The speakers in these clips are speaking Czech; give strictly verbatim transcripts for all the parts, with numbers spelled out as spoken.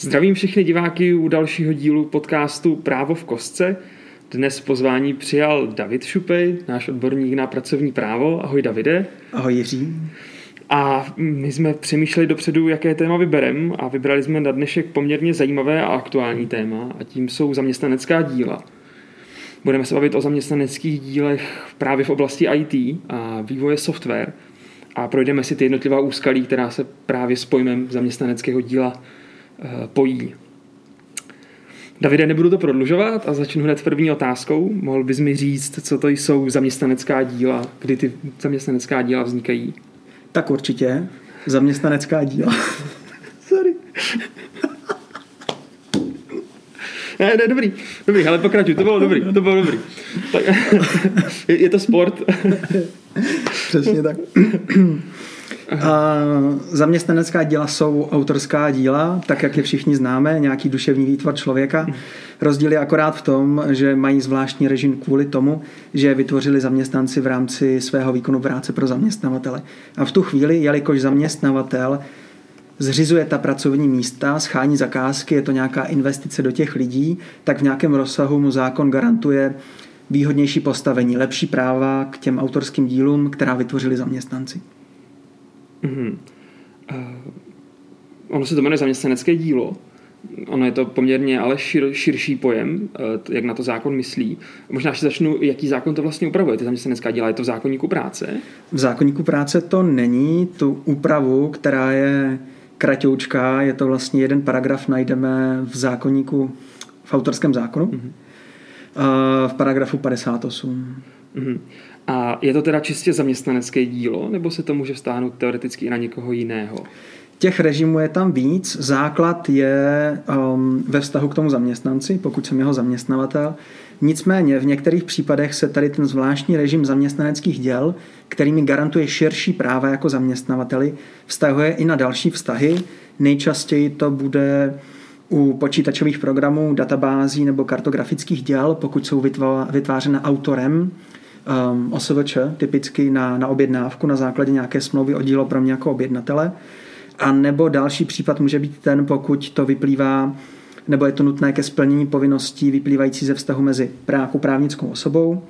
Zdravím všechny diváky u dalšího dílu podcastu Právo v kostce. Dnes pozvání přijal David Šupej, náš odborník na pracovní právo. Ahoj Davide. Ahoj Jiří. A my jsme přemýšleli dopředu, jaké téma vybereme a vybrali jsme na dnešek poměrně zajímavé a aktuální téma a tím jsou zaměstnanecká díla. Budeme se bavit o zaměstnaneckých dílech právě v oblasti í té a vývoje software a projdeme si ty jednotlivá úskalí, která se právě s pojmem zaměstnaneckého díla pojí. Davide, nebudu to prodlužovat a začnu hned první otázkou. Mohl bys mi říct, co to jsou zaměstnanecká díla, kdy ty zaměstnanecká díla vznikají? Tak určitě. Zaměstnanecká díla. Sorry. Ne, ne, dobrý, dobrý, ale pokračuj, to bylo dobrý, to bylo dobrý. Tak, je, je to sport. Přesně tak. A zaměstnanecká díla jsou autorská díla, tak jak je všichni známe, nějaký duševní výtvor člověka. Rozdíl je akorát v tom, že mají zvláštní režim kvůli tomu, že vytvořili zaměstnanci v rámci svého výkonu práce pro zaměstnavatele. A v tu chvíli, jelikož zaměstnavatel zřizuje ta pracovní místa, schání zakázky, je to nějaká investice do těch lidí, tak v nějakém rozsahu mu zákon garantuje výhodnější postavení, lepší práva k těm autorským dílům, která vytvořili zaměstnanci. Mm-hmm. Uh, ono se to jmenuje zaměstnanecké dílo. Ono je to poměrně ale šir, širší pojem, uh, jak na to zákon myslí. Možná ještě začnu, jaký zákon to vlastně upravuje, ty zaměstnanecká díla. Je to v zákoníku práce? V zákoníku práce to není. Tu úpravu, která je kratoučká, je to vlastně jeden paragraf, najdeme v zákoníku, v autorském zákonu, mm-hmm. uh, v paragrafu padesát osm. Mm-hmm. A je to teda čistě zaměstnanecké dílo, nebo se to může vztáhnout teoreticky i na někoho jiného? Těch režimů je tam víc. Základ je um, ve vztahu k tomu zaměstnanci, pokud jsem jeho zaměstnavatel. Nicméně v některých případech se tady ten zvláštní režim zaměstnaneckých děl, který mi garantuje širší práva jako zaměstnavateli, vztahuje i na další vztahy. Nejčastěji to bude u počítačových programů, databází nebo kartografických děl, pokud jsou vytvářena autorem, Um, O S V Č, typicky na, na objednávku na základě nějaké smlouvy o dílo pro mě jako objednatele. A nebo další případ může být ten, pokud to vyplývá, nebo je to nutné ke splnění povinností vyplývající ze vztahu mezi nějakou právnickou osobou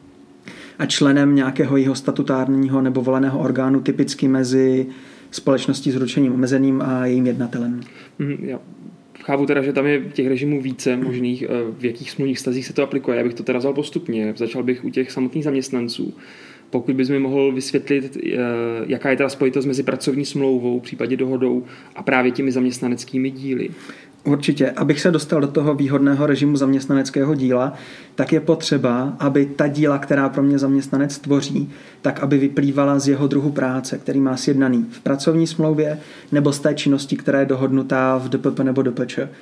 a členem nějakého jeho statutárního nebo voleného orgánu, typicky mezi společností s ručením omezeným a jejím jednatelem. Mm, jo. Chápu teda, že tam je těch režimů více možných, v jakých smluvních vztazích se to aplikuje. Já bych to teda vzal postupně. Začal bych u těch samotných zaměstnanců. Pokud bys mi mohl vysvětlit, jaká je teda spojitost mezi pracovní smlouvou, případně dohodou a právě těmi zaměstnaneckými díly. Určitě. Abych se dostal do toho výhodného režimu zaměstnaneckého díla, tak je potřeba, aby ta díla, která pro mě zaměstnanec tvoří, tak aby vyplývala z jeho druhu práce, který má sjednaný v pracovní smlouvě nebo z té činnosti, která je dohodnutá v D P P nebo D P Č.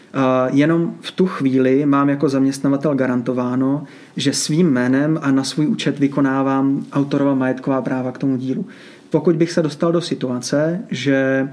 Jenom v tu chvíli mám jako zaměstnavatel garantováno, že svým jménem a na svůj účet vykonávám autorova majetková práva k tomu dílu. Pokud bych se dostal do situace, že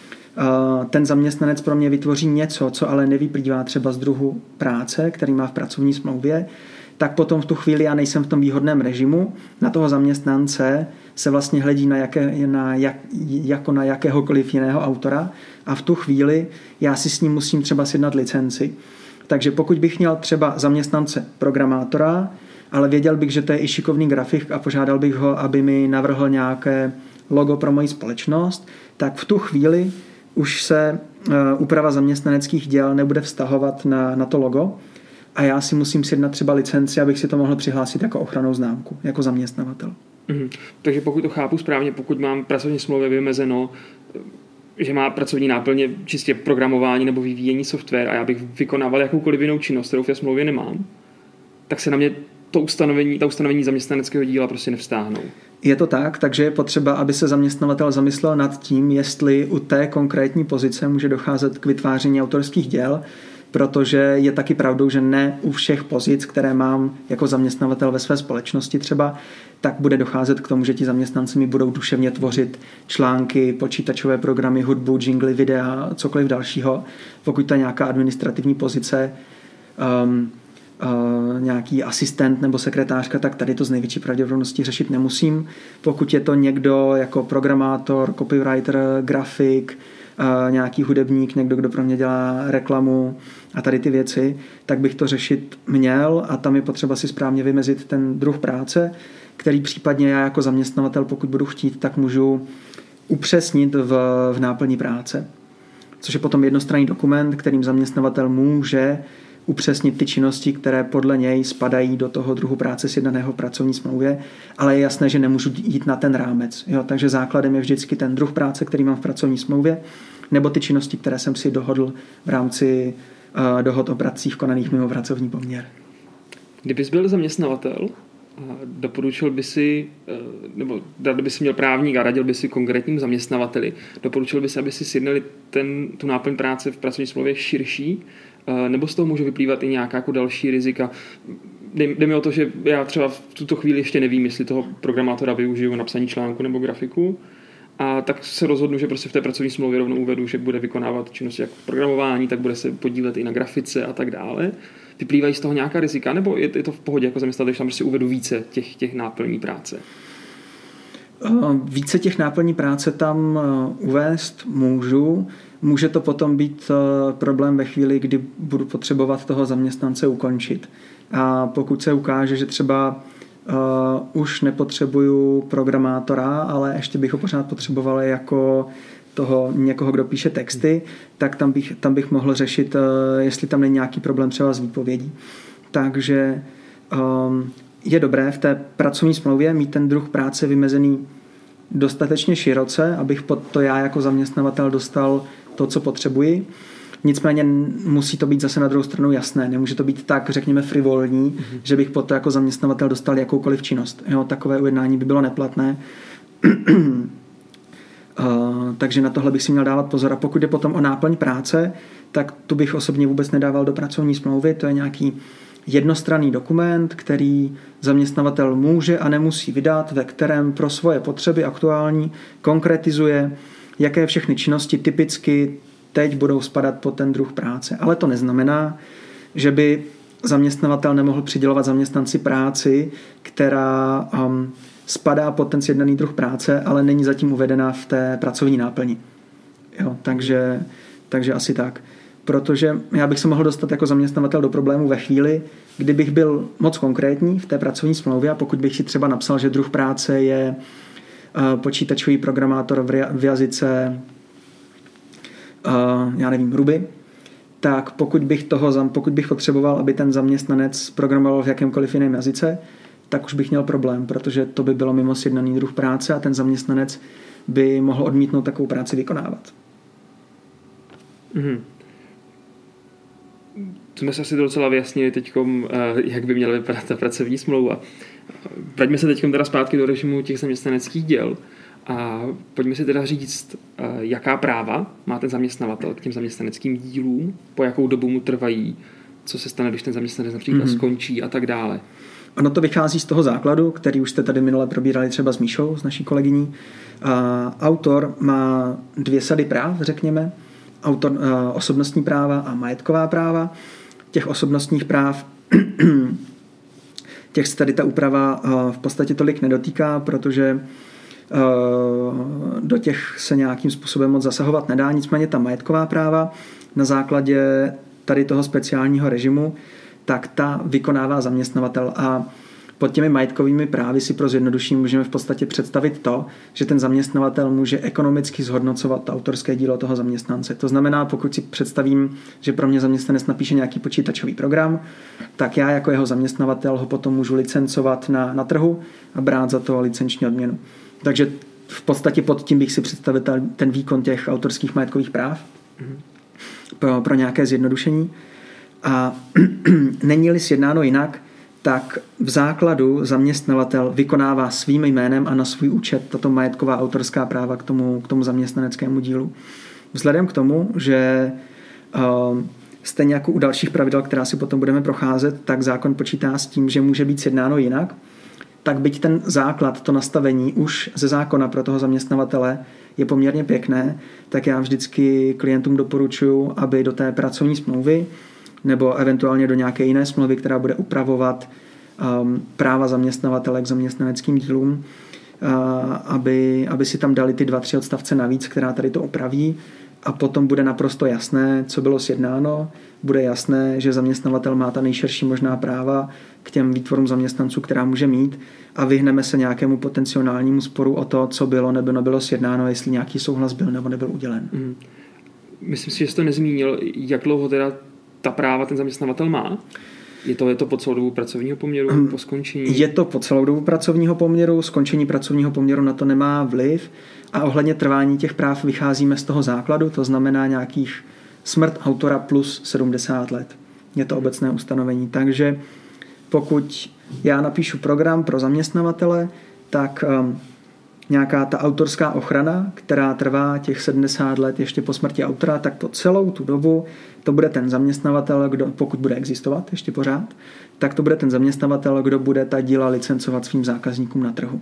ten zaměstnanec pro mě vytvoří něco, co ale nevyplývá třeba z druhu práce, který má v pracovní smlouvě, tak potom v tu chvíli já nejsem v tom výhodném režimu. Na toho zaměstnance se vlastně hledí na jaké, na jak, jako na jakéhokoliv jiného autora a v tu chvíli já si s ním musím třeba sjednat licenci. Takže pokud bych měl třeba zaměstnance programátora, ale věděl bych, že to je i šikovný grafik a požádal bych ho, aby mi navrhl nějaké logo pro moji společnost, tak v tu chvíli už se uh, úprava zaměstnaneckých děl nebude vztahovat na, na to logo a já si musím sjednat třeba licenci, abych si to mohl přihlásit jako ochrannou známku, jako zaměstnavatel. Mhm. Takže pokud to chápu správně, pokud mám pracovní smlouvě vymezeno, že má pracovní náplně čistě programování nebo vyvíjení software a já bych vykonával jakoukoliv jinou činnost, kterou v té smlouvě nemám, tak se na mě to ustanovení, ta ustanovení zaměstnaneckého díla prostě nevztáhnou. Je to tak, takže je potřeba, aby se zaměstnavatel zamyslel nad tím, jestli u té konkrétní pozice může docházet k vytváření autorských děl, protože je taky pravdou, že ne u všech pozic, které mám jako zaměstnavatel ve své společnosti třeba, tak bude docházet k tomu, že ti zaměstnanci mi budou duševně tvořit články, počítačové programy, hudbu, jingly, videa, cokoliv dalšího. Pokud to je nějaká administrativní pozice, um, Uh, nějaký asistent nebo sekretářka, tak tady to z největší pravděpodobností řešit nemusím. Pokud je to někdo jako programátor, copywriter, grafik, nějaký hudebník, někdo, kdo pro mě dělá reklamu a tady ty věci, tak bych to řešit měl a tam je potřeba si správně vymezit ten druh práce, který případně já jako zaměstnavatel, pokud budu chtít, tak můžu upřesnit v, v náplni práce. Což je potom jednostranný dokument, kterým zaměstnavatel může upřesnit ty činnosti, které podle něj spadají do toho druhu práce sjednaného v pracovní smlouvě, ale je jasné, že nemůžu jít na ten rámec. Jo? Takže základem je vždycky ten druh práce, který mám v pracovní smlouvě, nebo ty činnosti, které jsem si dohodl v rámci uh, dohod o pracích konaných mimo pracovní poměr. Kdybys byl zaměstnavatel, doporučil by si, nebo by si měl právník a radil by si konkrétním zaměstnavateli, doporučil by si, aby si sjednali ten, tu náplň práce v pracovní smlouvě širší, nebo z toho může vyplývat i nějaká jako další rizika. Jde mi o to, že já třeba v tuto chvíli ještě nevím, jestli toho programátora využiju na psaní článku nebo grafiku, a tak se rozhodnu, že prostě v té pracovní smlouvě rovnou uvedu, že bude vykonávat činnosti jako programování, tak bude se podílet i na grafice a tak dále. Vyplývají z toho nějaká rizika, nebo je to v pohodě jako zaměstnavatel, když tam prostě uvedu více těch, těch náplní práce? Více těch náplní práce tam uvést můžu. Může to potom být problém ve chvíli, kdy budu potřebovat toho zaměstnance ukončit. A pokud se ukáže, že třeba uh, už nepotřebuju programátora, ale ještě bych ho pořád potřeboval jako toho někoho, kdo píše texty, tak tam bych, tam bych mohl řešit, uh, jestli tam není nějaký problém třeba s výpovědí. Takže um, je dobré v té pracovní smlouvě mít ten druh práce vymezený dostatečně široce, abych pod to já jako zaměstnavatel dostal to, co potřebuji. Nicméně musí to být zase na druhou stranu jasné. Nemůže to být tak, řekněme, frivolní, mm-hmm. že bych pod to jako zaměstnavatel dostal jakoukoliv činnost. Jo, takové ujednání by bylo neplatné. uh, takže na tohle bych si měl dávat pozor. A pokud je potom o náplň práce, tak tu bych osobně vůbec nedával do pracovní smlouvy. To je nějaký jednostranný dokument, který zaměstnavatel může a nemusí vydat, ve kterém pro svoje potřeby aktuální konkretizuje, jaké všechny činnosti typicky teď budou spadat pod ten druh práce. Ale to neznamená, že by zaměstnavatel nemohl přidělovat zaměstnanci práci, která um, spadá pod ten sjednaný druh práce, ale není zatím uvedena v té pracovní náplni. Jo, takže, takže asi tak. Protože já bych se mohl dostat jako zaměstnavatel do problému ve chvíli, kdybych byl moc konkrétní v té pracovní smlouvě a pokud bych si třeba napsal, že druh práce je uh, počítačový programátor v jazyce Uh, já nevím, Ruby, tak pokud bych, toho, pokud bych potřeboval, aby ten zaměstnanec programoval v jakémkoliv jiném jazyce, tak už bych měl problém, protože to by bylo mimo sjednaný druh práce a ten zaměstnanec by mohl odmítnout takovou práci vykonávat. Mm-hmm. Jsme se asi docela vyjasnili teďkom, jak by měla vypadat ta pracovní smlouva. Vraťme se teďkom teda zpátky do režimu těch zaměstnaneckých děl. A pojďme si teda říct, jaká práva má ten zaměstnavatel k těm zaměstnaneckým dílům, po jakou dobu mu trvají, co se stane, když ten zaměstnanec například mm-hmm. skončí a tak dále. Ono to vychází z toho základu, který už jste tady minule probírali třeba s Míšou, s naší kolegyní. A autor má dvě sady práv, řekněme. Autor, uh, osobnostní práva a majetková práva. Těch osobnostních práv těch se tady ta úprava uh, v podstatě tolik nedotýká, protože do těch se nějakým způsobem moc zasahovat nedá. Nicméně ta majetková práva na základě tady toho speciálního režimu, tak ta vykonává zaměstnavatel a pod těmi majetkovými právy si pro zjednodušení můžeme v podstatě představit to, že ten zaměstnavatel může ekonomicky zhodnocovat to autorské dílo toho zaměstnance. To znamená, pokud si představím, že pro mě zaměstnanec napíše nějaký počítačový program, tak já jako jeho zaměstnavatel ho potom můžu licencovat na, na trhu a brát za to licenční odměnu. Takže v podstatě pod tím bych si představil ten výkon těch autorských majetkových práv pro, pro nějaké zjednodušení. A není-li sjednáno jinak, tak v základu zaměstnavatel vykonává svým jménem a na svůj účet tato majetková autorská práva k tomu, k tomu zaměstnaneckému dílu. Vzhledem k tomu, že uh, stejně jako u dalších pravidel, která si potom budeme procházet, tak zákon počítá s tím, že může být sjednáno jinak, tak byť ten základ, to nastavení už ze zákona pro toho zaměstnavatele je poměrně pěkné, tak já vždycky klientům doporučuji, aby do té pracovní smlouvy nebo eventuálně do nějaké jiné smlouvy, která bude upravovat um, práva zaměstnavatele k zaměstnaneckým dílům, uh, aby, aby si tam dali ty dva, tři odstavce navíc, která tady to upraví a potom bude naprosto jasné, co bylo sjednáno, bude jasné, že zaměstnavatel má ta nejširší možná práva k těm výtvorům zaměstnanců, která může mít a vyhneme se nějakému potenciálnímu sporu o to, co bylo nebo nebylo sjednáno, jestli nějaký souhlas byl nebo nebyl udělen. Mm. Myslím si, že jsi to nezmínil, jak dlouho teda ta práva ten zaměstnavatel má? Je to, je to po celou dobu pracovního poměru, um, po skončení? Je to po celou dobu pracovního poměru, skončení pracovního poměru na to nemá vliv a ohledně trvání těch práv vycházíme z toho základu, to znamená nějakých smrt autora plus sedmdesát let. Je to obecné ustanovení, takže pokud já napíšu program pro zaměstnavatele, tak um, nějaká ta autorská ochrana, která trvá těch sedmdesát let ještě po smrti autora, tak po celou tu dobu to bude ten zaměstnavatel, kdo, pokud bude existovat ještě pořád, tak to bude ten zaměstnavatel, kdo bude ta díla licencovat svým zákazníkům na trhu.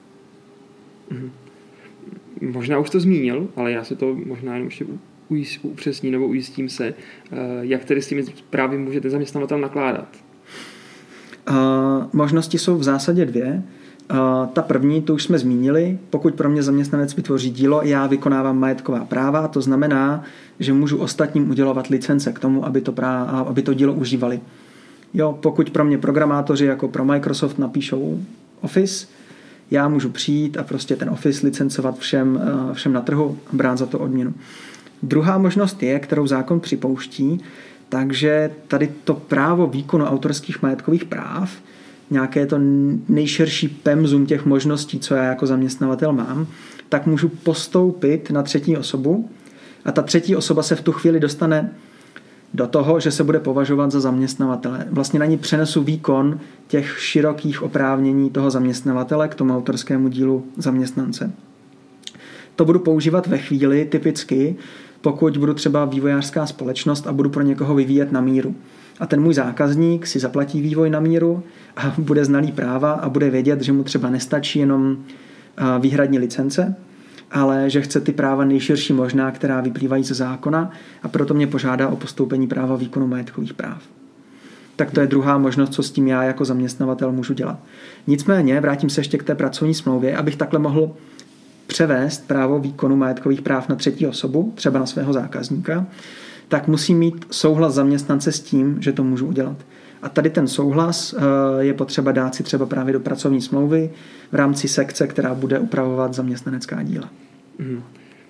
Mhm. Možná už to zmínil, ale já se to možná jenom ještě upřesním nebo ujistím se, jak tedy s těmi právy může ten zaměstnavatel nakládat. Uh, možnosti jsou v zásadě dvě. Uh, ta první, to už jsme zmínili, pokud pro mě zaměstnanec vytvoří dílo, já vykonávám majetková práva, to znamená, že můžu ostatním udělovat licence k tomu, aby to, prá, aby to dílo užívali. Jo, pokud pro mě programátoři jako pro Microsoft napíšou Office, já můžu přijít a prostě ten Office licencovat všem, uh, všem na trhu a brát za to odměnu. Druhá možnost je, kterou zákon připouští, takže tady to právo výkonu autorských majetkových práv, nějaké to nejširší pemzum těch možností, co já jako zaměstnavatel mám, tak můžu postoupit na třetí osobu a ta třetí osoba se v tu chvíli dostane do toho, že se bude považovat za zaměstnavatele. Vlastně na ní přenesu výkon těch širokých oprávnění toho zaměstnavatele k tomu autorskému dílu zaměstnance. To budu používat ve chvíli typicky, pokud budu třeba vývojářská společnost a budu pro někoho vyvíjet na míru. A ten můj zákazník si zaplatí vývoj na míru a bude znalý práva a bude vědět, že mu třeba nestačí jenom výhradní licence, ale že chce ty práva nejširší možná, která vyplývají ze zákona a proto mě požádá o postoupení práva výkonu majetkových práv. Tak to je druhá možnost, co s tím já jako zaměstnavatel můžu dělat. Nicméně, vrátím se ještě k té pracovní smlouvě, abych takhle mohl převést právo výkonu majetkových práv na třetí osobu, třeba na svého zákazníka, tak musím mít souhlas zaměstnance s tím, že to můžu udělat. A tady ten souhlas je potřeba dát si třeba právě do pracovní smlouvy v rámci sekce, která bude upravovat zaměstnanecká díla. Hmm.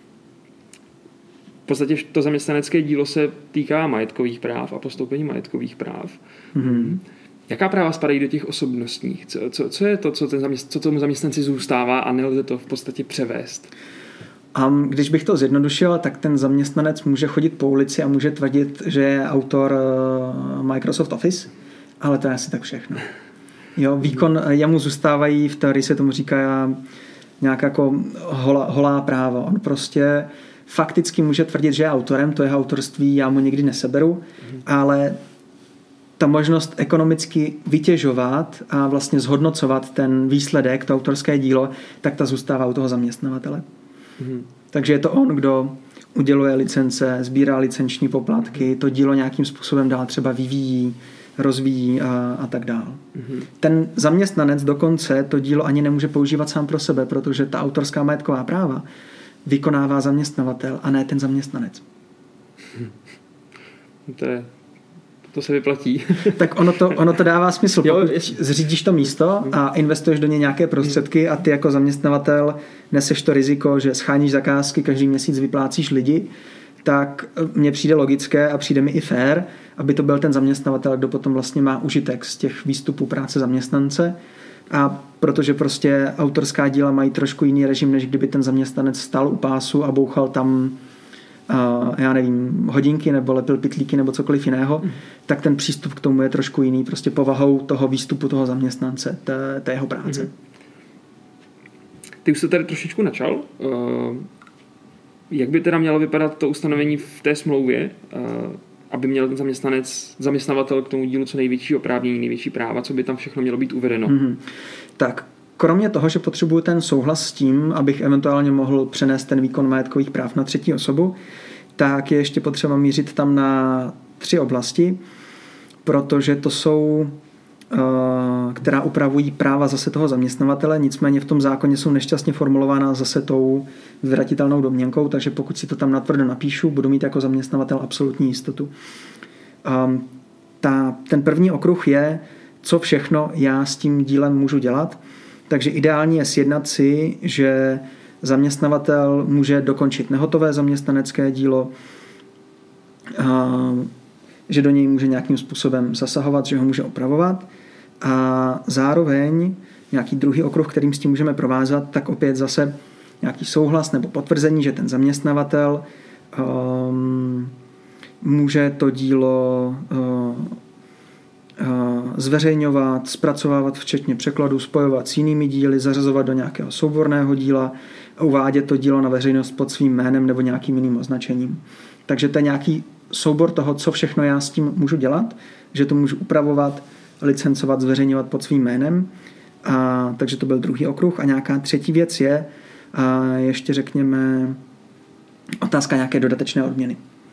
V podstatě to zaměstnanecké dílo se týká majetkových práv a postoupení majetkových práv. Hmm. Jaká práva spadají do těch osobnostních? Co, co, co je to, co, ten zaměst, co tomu zaměstnanci zůstává a nelze to v podstatě převést? A když bych to zjednodušil, tak ten zaměstnanec může chodit po ulici a může tvrdit, že je autor Microsoft Office, ale to je asi tak všechno. Jo, výkon, jemu zůstávají, v teorii se tomu říká nějak jako holá, holá práva. On prostě fakticky může tvrdit, že je autorem, to jeho autorství já mu nikdy neseberu, mm. ale ta možnost ekonomicky vytěžovat a vlastně zhodnocovat ten výsledek, to autorské dílo, tak ta zůstává u toho zaměstnavatele. Mm. Takže je to on, kdo uděluje licence, sbírá licenční poplatky, to dílo nějakým způsobem dál třeba vyvíjí, rozvíjí a, a tak dál. Mm. Ten zaměstnanec dokonce to dílo ani nemůže používat sám pro sebe, protože ta autorská majetková práva vykonává zaměstnavatel a ne ten zaměstnanec. Mm. To je To se vyplatí. Tak ono to, ono to dává smysl. Pokud zřídíš to místo a investuješ do něj nějaké prostředky a ty jako zaměstnavatel neseš to riziko, že scháníš zakázky, každý měsíc vyplácíš lidi, tak mně přijde logické a přijde mi i fér, aby to byl ten zaměstnavatel, kdo potom vlastně má užitek z těch výstupů práce zaměstnance. A protože prostě autorská díla mají trošku jiný režim, než kdyby ten zaměstnanec stál u pásu a bouchal tam Uh, já nevím, hodinky nebo lepil pytlíky nebo cokoliv jiného, mm. tak ten přístup k tomu je trošku jiný, prostě povahou toho výstupu toho zaměstnance, té, té jeho práce. Mm. Ty už jsi tady trošičku načal. Uh, jak by teda mělo vypadat to ustanovení v té smlouvě, uh, aby měl ten zaměstnanec, zaměstnavatel k tomu dílu co největší oprávnění, největší práva, co by tam všechno mělo být uvedeno? Mm. Tak, kromě toho, že potřebuju ten souhlas s tím, abych eventuálně mohl přenést ten výkon majetkových práv na třetí osobu, tak je ještě potřeba mířit tam na tři oblasti, protože to jsou která upravují práva zase toho zaměstnavatele, nicméně v tom zákoně jsou nešťastně formulována zase tou vyvratitelnou domněnkou, takže pokud si to tam natvrdo napíšu, budu mít jako zaměstnavatel absolutní jistotu. Um, ta, ten první okruh je, co všechno já s tím dílem můžu dělat, takže ideální je sjednat si, že zaměstnavatel může dokončit nehotové zaměstnanecké dílo, um, že do něj může nějakým způsobem zasahovat, že ho může opravovat a zároveň nějaký druhý okruh, kterým s tím můžeme provázat, tak opět zase nějaký souhlas nebo potvrzení, že ten zaměstnavatel um, může to dílo uh, uh, zveřejňovat, zpracovávat včetně překladu, spojovat s jinými díly, zařazovat do nějakého souborného díla a uvádět to dílo na veřejnost pod svým jménem nebo nějakým jiným označením. Takže to je nějaký soubor toho, co všechno já s tím můžu dělat, že to můžu upravovat, licencovat, zveřejňovat pod svým jménem. A, takže to byl druhý okruh. A nějaká třetí věc je a ještě řekněme otázka nějaké dodatečné odměny.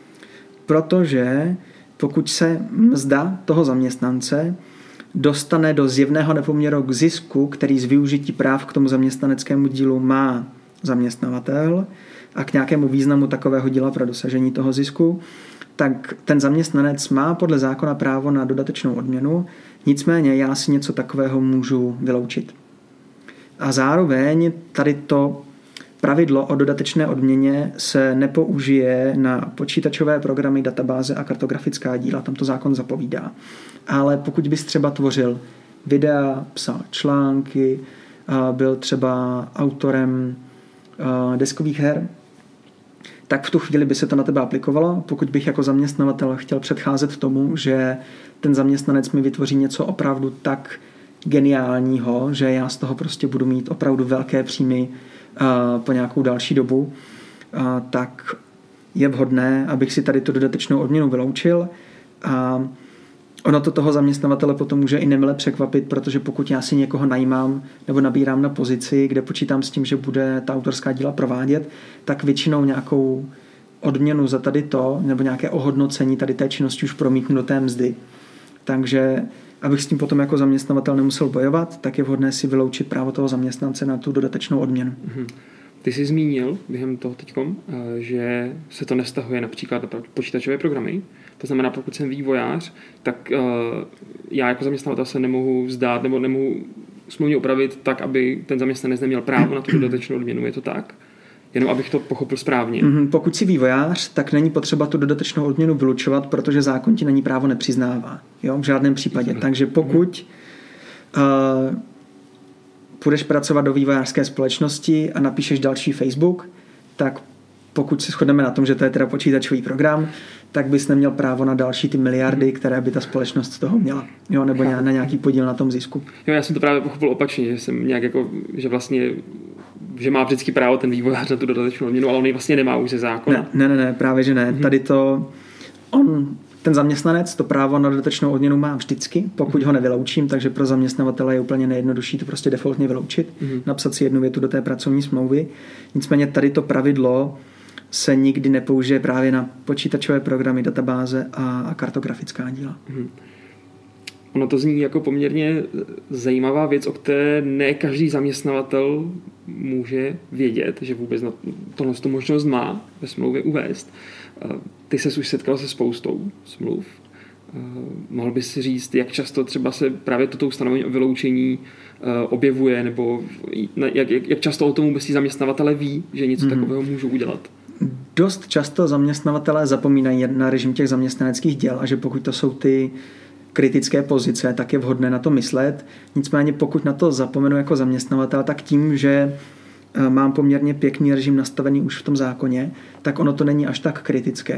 Protože pokud se mzda toho zaměstnance dostane do zjevného nepoměru k zisku, který z využití práv k tomu zaměstnaneckému dílu má zaměstnavatel a k nějakému významu takového díla pro dosažení toho zisku, tak ten zaměstnanec má podle zákona právo na dodatečnou odměnu, nicméně já si něco takového můžu vyloučit. A zároveň tady to pravidlo o dodatečné odměně se nepoužije na počítačové programy, databáze a kartografická díla, tam to zákon zapovídá. Ale pokud bys třeba tvořil videa, psal články, byl třeba autorem deskových her, tak v tu chvíli by se to na tebe aplikovalo. Pokud bych jako zaměstnavatel chtěl předcházet tomu, že ten zaměstnanec mi vytvoří něco opravdu tak geniálního, že já z toho prostě budu mít opravdu velké příjmy uh, po nějakou další dobu, uh, tak je vhodné, abych si tady tu dodatečnou odměnu vyloučil. A ono to toho zaměstnavatele potom může i nemile překvapit, protože pokud já si někoho najímám nebo nabírám na pozici, kde počítám s tím, že bude ta autorská díla provádět, tak většinou nějakou odměnu za tady to nebo nějaké ohodnocení tady té činnosti už promítnu do té mzdy. Takže abych s tím potom jako zaměstnavatel nemusel bojovat, tak je vhodné si vyloučit právo toho zaměstnance na tu dodatečnou odměnu. Mhm. Ty jsi zmínil během toho teďkom, že se to nevztahuje například na počítačové programy. To znamená, pokud jsem vývojář, tak já jako zaměstnavatel se nemohu vzdát nebo nemohu smluvně upravit tak, aby ten zaměstnanec neměl právo na tu dodatečnou odměnu. Je to tak? Jenom abych to pochopil správně. Mm-hmm. Pokud jsi vývojář, tak není potřeba tu dodatečnou odměnu vylučovat, protože zákon ti na ní právo nepřiznává. Jo? V žádném případě. Mm-hmm. Takže pokud uh, půjdeš pracovat do vývojářské společnosti a napíšeš další Facebook, tak pokud se shodneme na tom, že to je teda počítačový program, tak bys neměl právo na další ty miliardy, které by ta společnost z toho měla. Jo, nebo na nějaký podíl na tom zisku. Jo, já jsem to právě pochopil opačně, že jsem nějak jako, že vlastně že má vždycky právo ten vývojář na tu dodatečnou odměnu, ale on ji vlastně nemá už ze zákona. Ne, ne, ne, právě že ne. Mm-hmm. Tady to on, ten zaměstnanec to právo na dodatečnou odměnu má vždycky, pokud mm-hmm. ho nevyloučím, takže pro zaměstnavatele je úplně nejjednodušší to prostě defaultně vyloučit, mm-hmm. napsat si jednu větu do té pracovní smlouvy. Nicméně tady to pravidlo se nikdy nepoužije právě na počítačové programy, databáze a, a kartografická díla. Mm-hmm. Ono to zní jako poměrně zajímavá věc, o které ne každý zaměstnavatel může vědět, že vůbec na tohle tu možnost má ve smlouvě uvést. Ty ses už setkal se spoustou smluv. Mohl bys si říct, jak často třeba se právě toto ustanovení o vyloučení objevuje, nebo jak, jak, jak často o tom vůbec zaměstnavatele ví, že něco mm-hmm. takového můžou udělat? Dost často zaměstnavatelé zapomínají na režim těch zaměstnaneckých děl a že pokud to jsou ty kritické pozice, tak je vhodné na to myslet. Nicméně pokud na to zapomenu jako zaměstnavatel, tak tím, že mám poměrně pěkný režim nastavený už v tom zákoně, tak ono to není až tak kritické.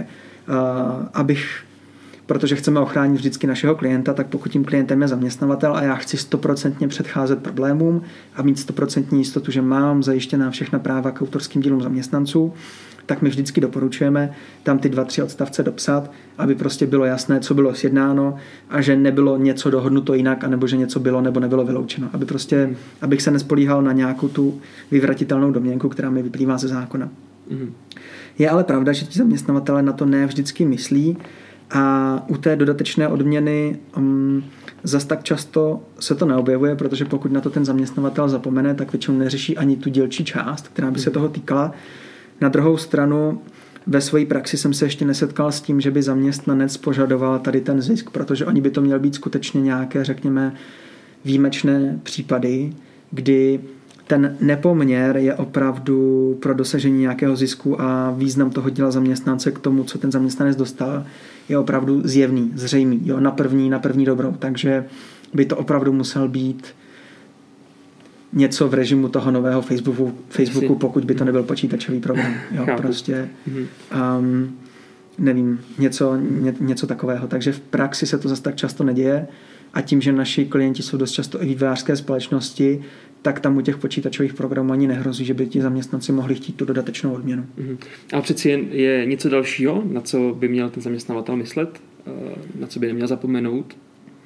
Abych, protože chceme ochránit vždycky našeho klienta, tak pokud tím klientem je zaměstnavatel a já chci stoprocentně předcházet problémům a mít stoprocentní jistotu, že mám zajištěná všechna práva k autorským dílům zaměstnanců, tak my vždycky doporučujeme tam ty dva, tři odstavce dopsat, aby prostě bylo jasné, co bylo sjednáno a že nebylo něco dohodnuto jinak, anebo že něco bylo nebo nebylo vyloučeno. Aby prostě, abych se nespolíhal na nějakou tu vyvratitelnou domněnku, která mi vyplývá ze zákona. Mm. Je ale pravda, že ti zaměstnavatelé na to ne vždycky myslí A u té dodatečné odměny um, zas tak často se to neobjevuje, protože pokud na to ten zaměstnavatel zapomene, tak většinou neřeší ani tu dílčí část, která by se toho týkala. Na druhou stranu ve své praxi jsem se ještě nesetkal s tím, že by zaměstnanec požadoval tady ten zisk, protože oni by to měl být skutečně nějaké, řekněme, výjimečné případy, kdy ten nepoměr je opravdu pro dosažení nějakého zisku a význam toho díla zaměstnance k tomu, co ten zaměstnanec dostal, je opravdu zjevný, zřejmý, jo, na první, na první dobrou. Takže by to opravdu musel být něco v režimu toho nového Facebooku, Facebooku pokud by to nebyl počítačový program. Jo, prostě um, nevím, něco, ně, něco takového. Takže v praxi se to zase tak často neděje a tím, že naši klienti jsou dost často i vývojářské společnosti, tak tam u těch počítačových programů ani nehrozí, že by ti zaměstnanci mohli chtít tu dodatečnou odměnu. Mm-hmm. A přeci jen je něco dalšího, na co by měl ten zaměstnavatel myslet, na co by neměl zapomenout?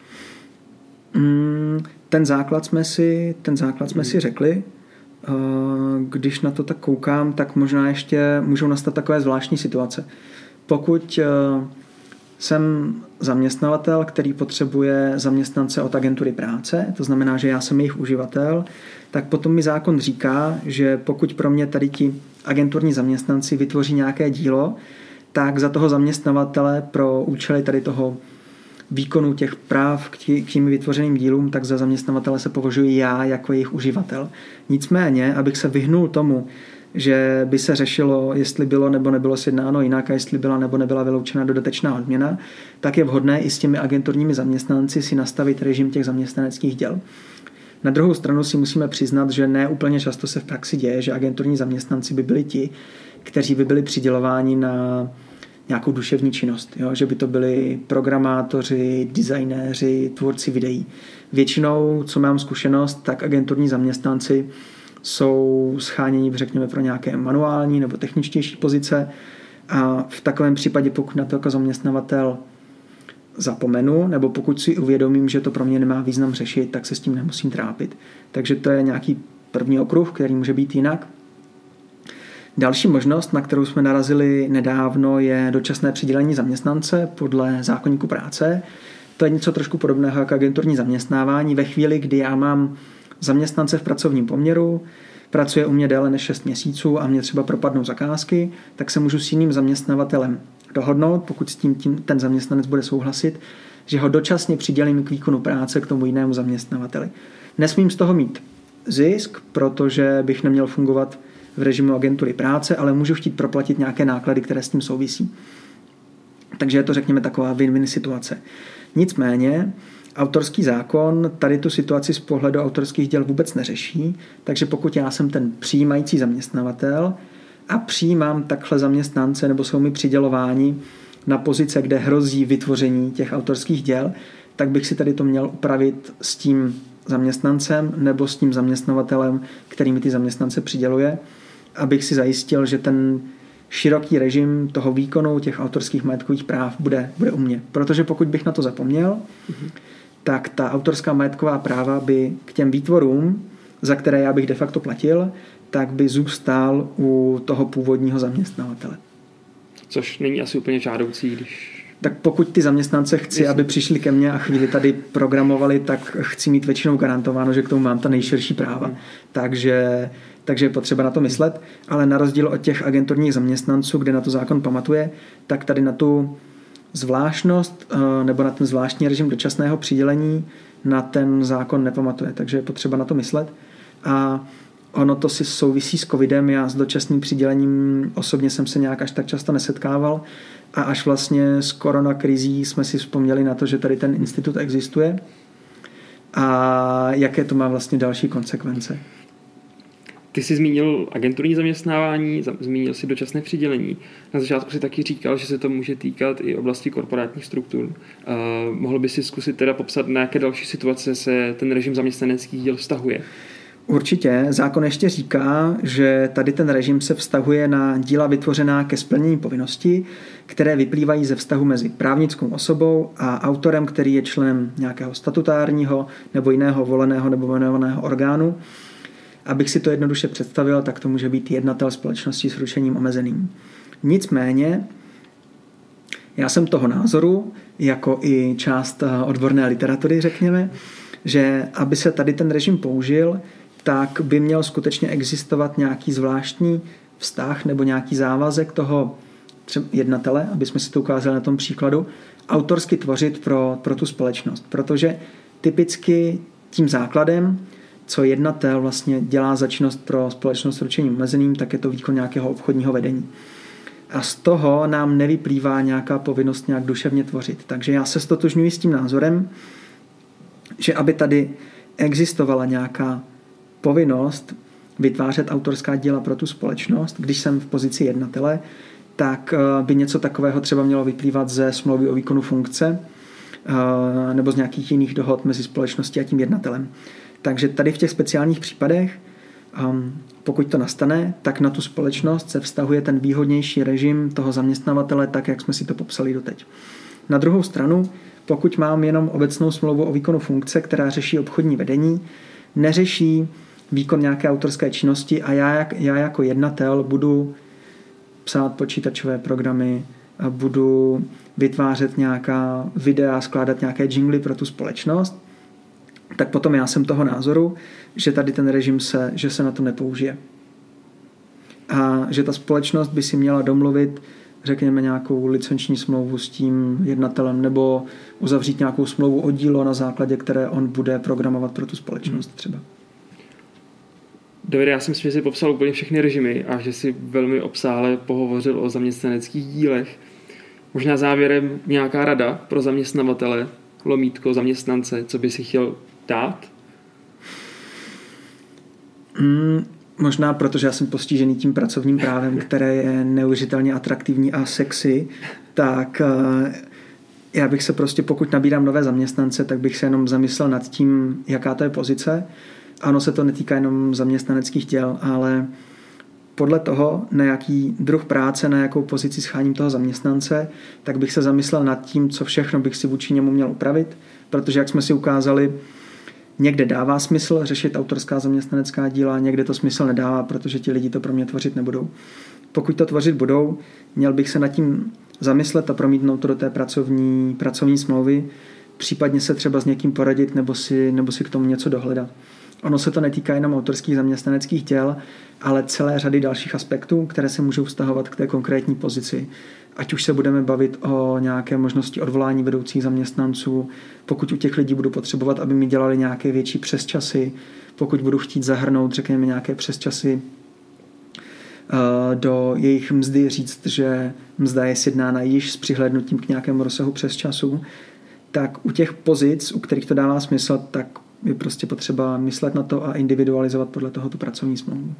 Mm, ten základ jsme si, ten základ jsme mm. si řekli. Když na to tak koukám, tak možná ještě můžou nastat takové zvláštní situace. Pokud jsem zaměstnavatel, který potřebuje zaměstnance od agentury práce, to znamená, že já jsem jejich uživatel, tak potom mi zákon říká, že pokud pro mě tady ti agenturní zaměstnanci vytvoří nějaké dílo, tak za toho zaměstnavatele pro účely tady toho výkonu těch práv k tím vytvořeným dílům, tak za zaměstnavatele se považuji já jako jejich uživatel. Nicméně, abych se vyhnul tomu, že by se řešilo, jestli bylo nebo nebylo sjednáno jinak a jestli byla nebo nebyla vyloučena dodatečná odměna, tak je vhodné i s těmi agenturními zaměstnanci si nastavit režim těch zaměstnaneckých děl. Na druhou stranu si musíme přiznat, že ne úplně často se v praxi děje, že agenturní zaměstnanci by byli ti, kteří by byli přidělováni na nějakou duševní činnost, jo? Že by to byli programátoři, designéři, tvůrci videí. Většinou, co mám zkušenost, tak agenturní zaměstnanci jsou scháněni, řekněme, pro nějaké manuální nebo techničtější pozice a v takovém případě, pokud na to jako zaměstnavatel zapomenu, nebo pokud si uvědomím, že to pro mě nemá význam řešit, tak se s tím nemusím trápit. Takže to je nějaký první okruh, který může být jinak. Další možnost, na kterou jsme narazili nedávno, je dočasné přidělení zaměstnance podle zákoníku práce. To je něco trošku podobného jako agenturní zaměstnávání. Ve chvíli, kdy já mám zaměstnance v pracovním poměru, pracuje u mě déle než šest měsíců a mě třeba propadnou zakázky, tak se můžu s jiným zaměstnavatelem dohodnout, pokud s tím, tím ten zaměstnanec bude souhlasit, že ho dočasně přidělím k výkonu práce k tomu jinému zaměstnavateli. Nesmím z toho mít zisk, protože bych neměl fungovat v režimu agentury práce, ale můžu chtít proplatit nějaké náklady, které s tím souvisí. Takže je to, řekněme, taková win-win situace. Nicméně autorský zákon tady tu situaci z pohledu autorských děl vůbec neřeší, takže pokud já jsem ten přijímající zaměstnavatel a přijímám takhle zaměstnance nebo jsou mi přidělováni na pozice, kde hrozí vytvoření těch autorských děl, tak bych si tady to měl upravit s tím zaměstnancem nebo s tím zaměstnavatelem, který mi ty zaměstnance přiděluje, abych si zajistil, že ten široký režim toho výkonu těch autorských majetkových práv bude, bude u mě. Protože pokud bych na to zapomněl, mm-hmm. tak ta autorská majetková práva by k těm výtvorům, za které já bych de facto platil, tak by zůstal u toho původního zaměstnavatele. Což není asi úplně žádoucí, když... Tak pokud ty zaměstnance chci, aby přišli ke mně a chvíli tady programovali, tak chci mít většinou garantováno, že k tomu mám ta nejširší práva. Mm. Takže, takže je potřeba na to myslet, ale na rozdíl od těch agenturních zaměstnanců, kde na to zákon pamatuje, tak tady na tu zvláštnost nebo na ten zvláštní režim dočasného přidělení na ten zákon nepamatuje. Takže je potřeba na to myslet. A ono to si souvisí s covidem. Já s dočasným přidělením osobně jsem se nějak až tak často nesetkával a až vlastně s koronakrizí jsme si vzpomněli na to, že tady ten institut existuje a jaké to má vlastně další konsekvence. Ty jsi zmínil agenturní zaměstnávání, zmínil si dočasné přidělení. Na začátku si taky říkal, že se to může týkat i oblasti korporátních struktur. Uh, mohl by si zkusit teda popsat, na jaké další situace se ten režim zaměstnaneckých děl vztahuje? Určitě. Zákon ještě říká, že tady ten režim se vztahuje na díla vytvořená ke splnění povinnosti, které vyplývají ze vztahu mezi právnickou osobou a autorem, který je členem nějakého statutárního nebo jiného voleného nebo jmenovaného orgánu. Abych si to jednoduše představil, tak to může být jednatel společnosti s ručením omezeným. Nicméně, Já jsem toho názoru, jako i část odborné literatury, řekněme, že aby se tady ten režim použil, tak by měl skutečně existovat nějaký zvláštní vztah nebo nějaký závazek toho jednatele, aby jsme si to ukázali na tom příkladu, autorsky tvořit pro, pro tu společnost. Protože typicky tím základem, co jednatel vlastně dělá za činnost pro společnost s ručením omezeným, tak je to výkon nějakého obchodního vedení. A z toho nám nevyplývá nějaká povinnost nějak duševně tvořit. Takže já se stotožňuji s tím názorem, že aby tady existovala nějaká povinnost vytvářet autorská díla pro tu společnost, když jsem v pozici jednatele, tak by něco takového třeba mělo vyplývat ze smlouvy o výkonu funkce nebo z nějakých jiných dohod mezi společností a tím jednatelem. Takže tady v těch speciálních případech, pokud to nastane, tak na tu společnost se vztahuje ten výhodnější režim toho zaměstnavatele, tak jak jsme si to popsali doteď. Na druhou stranu, pokud mám jenom obecnou smlouvu o výkonu funkce, která řeší obchodní vedení, neřeší výkon nějaké autorské činnosti a já, já jako jednatel budu psát počítačové programy, budu vytvářet nějaká videa, skládat nějaké jingly pro tu společnost, tak potom já jsem toho názoru, že tady ten režim se, že se na to nepoužije. A že ta společnost by si měla domluvit, řekněme, nějakou licenční smlouvu s tím jednatelem nebo uzavřít nějakou smlouvu o dílo, na základě které on bude programovat pro tu společnost třeba. Davide, já si myslím, že jsi popsal úplně všechny režimy a že jsi velmi obsáhle pohovořil o zaměstnaneckých dílech. Možná závěrem nějaká rada pro zaměstnavatele, lomítko, zaměstnance, co by si chtěl dát? Mm, možná protože já jsem postižený tím pracovním právem, které je neuvěřitelně atraktivní a sexy, tak já bych se prostě, pokud nabírám nové zaměstnance, tak bych se jenom zamyslel nad tím, jaká to je pozice. Ano, se to netýká jenom zaměstnaneckých děl, ale podle toho, na jaký druh práce, na jakou pozici scháním toho zaměstnance, tak bych se zamyslel nad tím, co všechno bych si vůči němu měl upravit, protože jak jsme si ukázali, někde dává smysl řešit autorská zaměstnanecká díla, někde to smysl nedává, protože ti lidi to pro mě tvořit nebudou. Pokud to tvořit budou, měl bych se nad tím zamyslet a promítnout to do té pracovní, pracovní smlouvy, případně se třeba s někým poradit nebo si, nebo si k tomu něco dohledat. Ono se to netýká jenom autorských zaměstnaneckých děl, ale celé řady dalších aspektů, které se můžou vztahovat k té konkrétní pozici. Ať už se budeme bavit o nějaké možnosti odvolání vedoucích zaměstnanců, pokud u těch lidí budu potřebovat, aby mi dělali nějaké větší přesčasy, pokud budu chtít zahrnout, řekněme, nějaké přesčasy do jejich mzdy, říct, že mzda je sjednána již s přihlédnutím k nějakému rozsahu přesčasů, tak u těch pozic, u kterých to dává smysl, tak je prostě potřeba myslet na to a individualizovat podle toho tu pracovní smlouvu.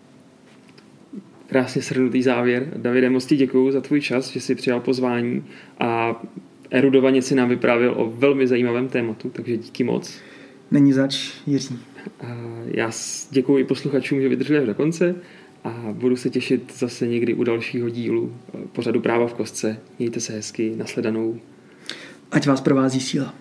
Krásně shrnutý závěr. Davide, moc ti děkuju za tvůj čas, že jsi přijal pozvání a erudovaně si nám vyprávěl o velmi zajímavém tématu, takže díky moc. Není zač, Jiří. Já děkuju i posluchačům, že vydrželi až do konce a budu se těšit zase někdy u dalšího dílu pořadu Práva v kostce. Mějte se hezky, nashledanou. Ať vás provází síla.